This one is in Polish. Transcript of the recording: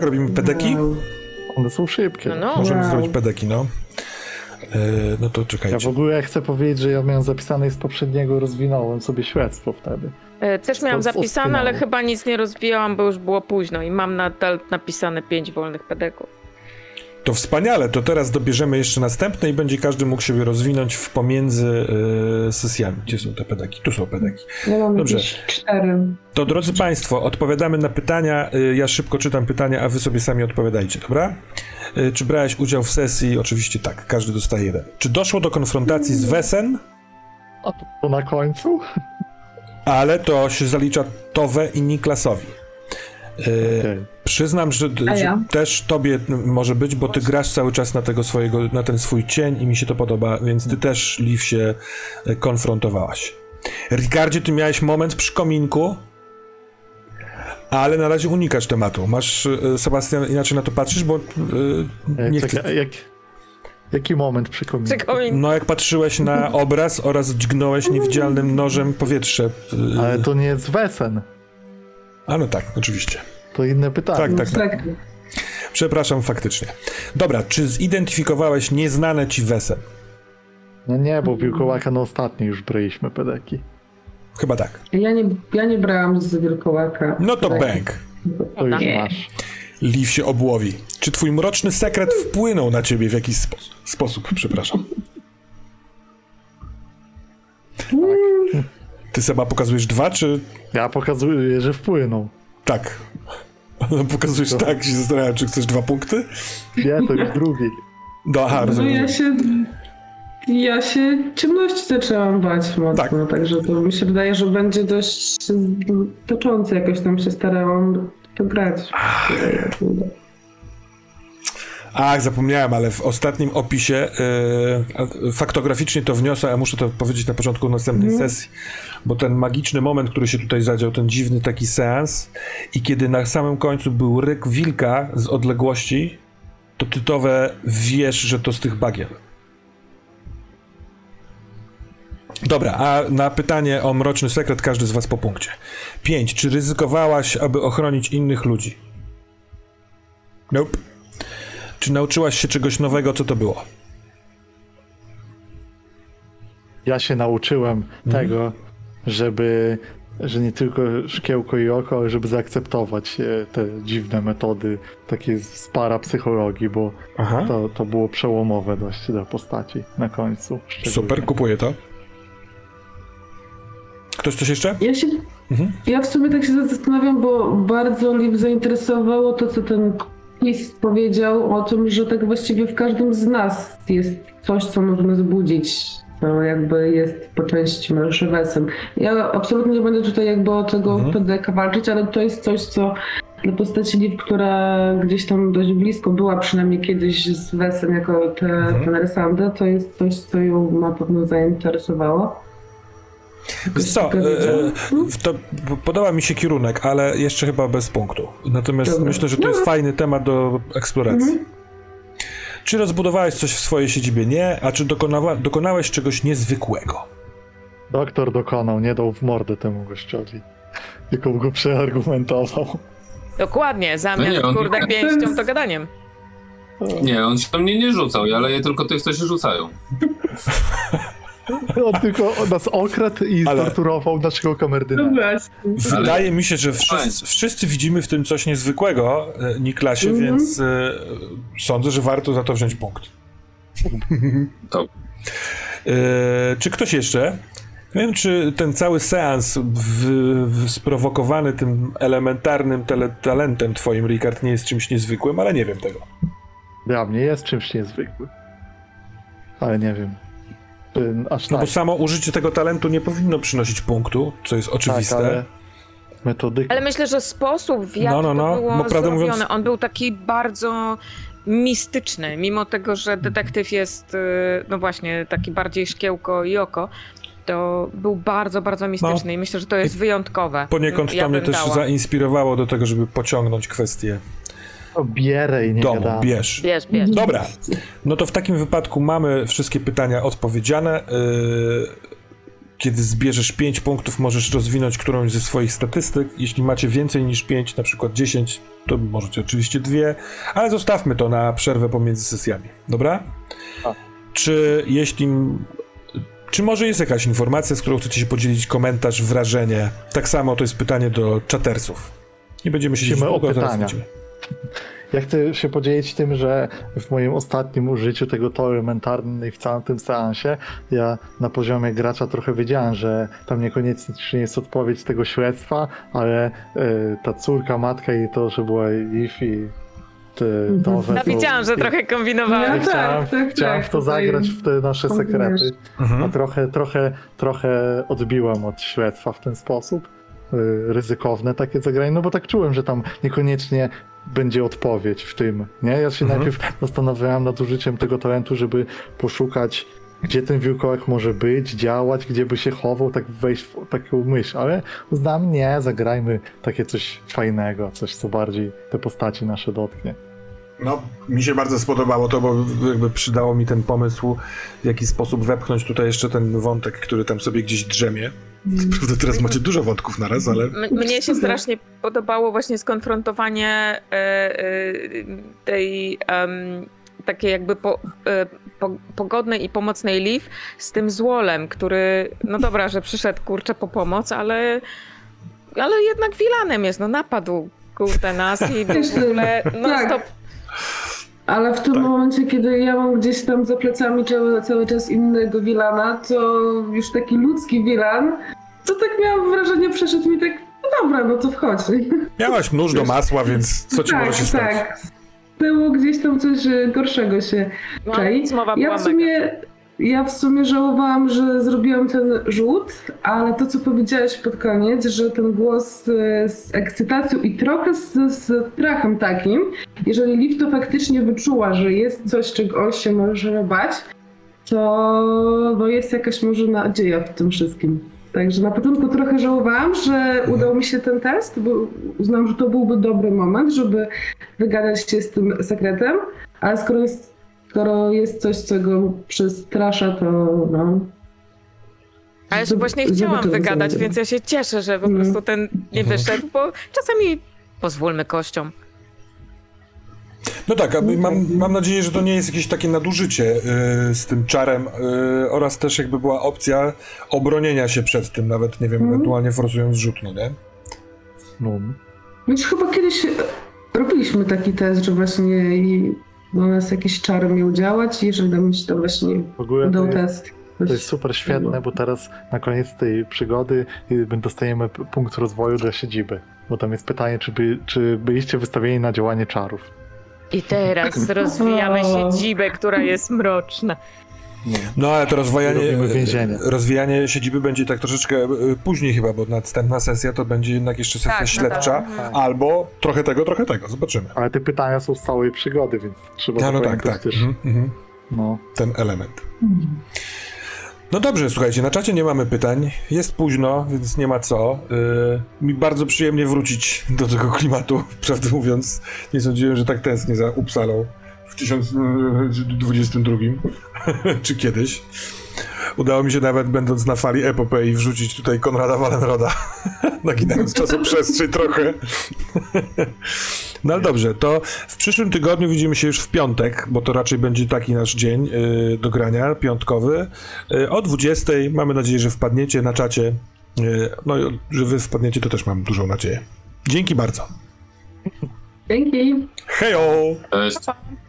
robimy pedeki? One są szybkie. Możemy zrobić pedeki, no. No to czekajcie. Ja w ogóle chcę powiedzieć, że ja miałem zapisane i z poprzedniego rozwinąłem sobie śledztwo wtedy. Też miałam zapisane, ale chyba nic nie rozwijałam, bo już było późno i mam nadal napisane 5 wolnych pedeków. To wspaniale, to teraz dobierzemy jeszcze następne i będzie każdy mógł siebie rozwinąć w pomiędzy sesjami. Gdzie są te pedeki? Tu są pedeki. Ja mam Dobrze. jakieś 4. To drodzy Państwo, odpowiadamy na pytania. Ja szybko czytam pytania, a wy sobie sami odpowiadajcie, dobra? Czy brałeś udział w sesji? Oczywiście tak, każdy dostaje 1. Czy doszło do konfrontacji z Wesen? A to na końcu? Ale to się zalicza Tove i Niklasowi. Okay. Przyznam, że też tobie może być, bo ty grasz cały czas na ten swój cień i mi się to podoba, więc ty też, Liv, się konfrontowałaś. Ricardzie, ty miałeś moment przy kominku, ale na razie unikasz tematu. Masz, Sebastian, inaczej na to patrzysz, bo nie chcę... Jaki moment przy kominku? No jak patrzyłeś na obraz oraz dźgnąłeś niewidzialnym nożem powietrze. Ale to nie jest Wesen. A no tak, oczywiście. To inne pytanie. Tak. Przepraszam, faktycznie. Dobra, czy zidentyfikowałeś nieznane ci Wesen? No nie, bo wilkołaka na ostatniej już braliśmy pedeki. Chyba tak. Ja nie brałam z wilkołaka. No to bęk. To już masz. Liv się obłowi. Czy twój mroczny sekret wpłynął na ciebie w jakiś sposób? Przepraszam. Ty, Seba, pokazujesz 2, czy... Ja pokazuję, że wpłynął. Tak. Pokazujesz tak, się zastanawiam, czy chcesz 2 punkty? Nie, to już drugi. No, aha, rozumiem. Ja się ciemności zaczęłam bać mocno, także to mi się wydaje, że będzie dość toczące. Jakoś tam się starałam to grać. Ach, zapomniałem, ale w ostatnim opisie faktograficznie to wniosę, a muszę to powiedzieć na początku następnej sesji, bo ten magiczny moment, który się tutaj zadział, ten dziwny taki seans i kiedy na samym końcu był ryk wilka z odległości, to ty, Tove, wiesz, że to z tych bagien. Dobra, a na pytanie o mroczny sekret każdy z was po punkcie. 5. Czy ryzykowałaś, aby ochronić innych ludzi? Nope. Czy nauczyłaś się czegoś nowego, co to było? Ja się nauczyłem tego, że nie tylko szkiełko i oko, ale żeby zaakceptować te dziwne metody takie z parapsychologii, bo to było przełomowe dość dla postaci na końcu. Super, kupuję to. Ktoś coś jeszcze? Ja w sumie tak się zastanawiam, bo bardzo Liv zainteresowało to, co ten Chris powiedział o tym, że tak właściwie w każdym z nas jest coś, co możemy zbudzić, co jakby jest po części Wesen. Ja absolutnie nie będę tutaj jakby o tego PDK walczyć, ale to jest coś, co dla postaci Liv, która gdzieś tam dość blisko była przynajmniej kiedyś z Wesen jako ten Resande, to jest coś, co ją na pewno zainteresowało. Wiesz co, to podoba mi się kierunek, ale jeszcze chyba bez punktu. Natomiast myślę, że to jest fajny temat do eksploracji. Czy rozbudowałeś coś w swojej siedzibie? Nie. A czy dokonałeś czegoś niezwykłego? Doktor dokonał, nie dał w mordę temu gościowi. Tylko go przeargumentował. Dokładnie, zamiast kurde pięścią to gadaniem. Nie, on się mnie nie rzucał, ale je tylko tych, co się rzucają. On tylko nas okradł i torturował naszego kamerdyna. Wydaje mi się, że wszyscy widzimy w tym coś niezwykłego, Niklasie, więc sądzę, że warto za to wziąć punkt. Czy ktoś jeszcze? Nie wiem, czy ten cały seans sprowokowany tym elementarnym talentem twoim, Rikard, nie jest czymś niezwykłym, ale nie wiem tego. Dla mnie jest czymś niezwykłym. Ale nie wiem. No bo samo użycie tego talentu nie powinno przynosić punktu, co jest oczywiste. Tak, ale metodyka. Ale myślę, że sposób, w jaki to było zrobione, mówiąc... on był taki bardzo mistyczny, mimo tego, że detektyw jest, no właśnie, taki bardziej szkiełko i oko, to był bardzo, bardzo mistyczny i myślę, że to jest wyjątkowe. Poniekąd to mnie też zainspirowało do tego, żeby pociągnąć kwestię bierę i nie domu. gadamy. Bierz. Dobra, no to w takim wypadku mamy wszystkie pytania odpowiedziane. kiedy zbierzesz 5 punktów, możesz rozwinąć którąś ze swoich statystyk. Jeśli macie więcej niż 5, na przykład 10, to możecie oczywiście 2, ale zostawmy to na przerwę pomiędzy sesjami, dobra? A. Czy może jest jakaś informacja, z którą chcecie się podzielić, komentarz, wrażenie? Tak samo to jest pytanie do czatersów. Nie będziemy siedzieć Prosimy o długo, zaraz pytania. będziemy. Ja chcę się podzielić tym, że w moim ostatnim użyciu tego tory mentalnej w całym tym seansie, ja na poziomie gracza trochę wiedziałem, że tam niekoniecznie jest odpowiedź tego śledztwa, ale ta córka, matka i to, że była Eve i te nowe... Ja widziałam, że trochę kombinowałem. Chciałem w to zagrać, w te nasze sekrety, Mhm. a trochę odbiłem od śledztwa w ten sposób. Ryzykowne takie zagranie, no bo tak czułem, że tam niekoniecznie będzie odpowiedź w tym, nie? Ja się najpierw zastanawiałem nad użyciem tego talentu, żeby poszukać, gdzie ten wilkołak może być, działać, gdzie by się chował, tak wejść w taką myśl, ale uznałem, nie, zagrajmy takie coś fajnego, coś, co bardziej te postaci nasze dotknie. No, mi się bardzo spodobało to, bo jakby przydało mi ten pomysł, w jaki sposób wepchnąć tutaj jeszcze ten wątek, który tam sobie gdzieś drzemie. Prawda, teraz macie dużo wątków naraz, ale... Mnie się strasznie podobało właśnie skonfrontowanie tej takiej jakby pogodnej i pomocnej Liv z tym złolem, który, no dobra, że przyszedł kurczę po pomoc, ale jednak vilanem jest, no napadł kurde nas i w ogóle non-stop. Ale w tym momencie, kiedy ja mam gdzieś tam za plecami cały czas innego vilana, to już taki ludzki vilan, to tak miałam wrażenie, przeszedł mi tak, no dobra, no to wchodź. Miałaś nóż do masła, więc co ci może się stać? Tak, z tyłu gdzieś tam coś gorszego się czai. Ja w sumie żałowałam, że zrobiłam ten rzut, ale to, co powiedziałeś pod koniec, że ten głos z ekscytacją i trochę z strachem takim, jeżeli Liv to faktycznie wyczuła, że jest coś, czego on się może bać, to jest jakaś może nadzieja w tym wszystkim. Także na początku trochę żałowałam, że udał mi się ten test, bo uznałam, że to byłby dobry moment, żeby wygadać się z tym sekretem, ale skoro jest coś, co go przestrasza, to no... Ale właśnie chciałam wygadać, więc ja się cieszę, że po prostu ten nie wyszedł, bo czasami pozwólmy kościom. No tak, mam nadzieję, że to nie jest jakieś takie nadużycie z tym czarem oraz też jakby była opcja obronienia się przed tym, nawet nie wiem, ewentualnie forsując rzut, no nie? No. Więc chyba kiedyś robiliśmy taki test, że właśnie na nas jakiś czar miał działać i jeżeli nam się to właśnie udał test. To jest super świetne, bo teraz na koniec tej przygody dostajemy punkt rozwoju dla siedziby. Bo tam jest pytanie, czy byliście wystawieni na działanie czarów. I teraz rozwijamy siedzibę, która jest mroczna. No ale to więzienie. rozwijanie siedziby będzie tak troszeczkę później chyba, bo następna sesja to będzie jednak jeszcze sesja śledcza, albo trochę tego, zobaczymy. Ale te pytania są z całej przygody, więc trzeba tak. też ten element. No dobrze, słuchajcie, na czacie nie mamy pytań, jest późno, więc nie ma co. Mi bardzo przyjemnie wrócić do tego klimatu, prawdę mówiąc. Nie sądziłem, że tak tęsknię za Uppsalą w 1022, czy kiedyś. Udało mi się nawet, będąc na fali epopei, wrzucić tutaj Konrada Wallenroda, naginając czasoprzestrzeń trochę. No ale dobrze, to w przyszłym tygodniu widzimy się już w piątek, bo to raczej będzie taki nasz dzień do grania, piątkowy. O 20:00, mamy nadzieję, że wpadniecie na czacie. No, że wy wpadniecie, to też mam dużą nadzieję. Dzięki bardzo. Dzięki. Hejo! Cześć.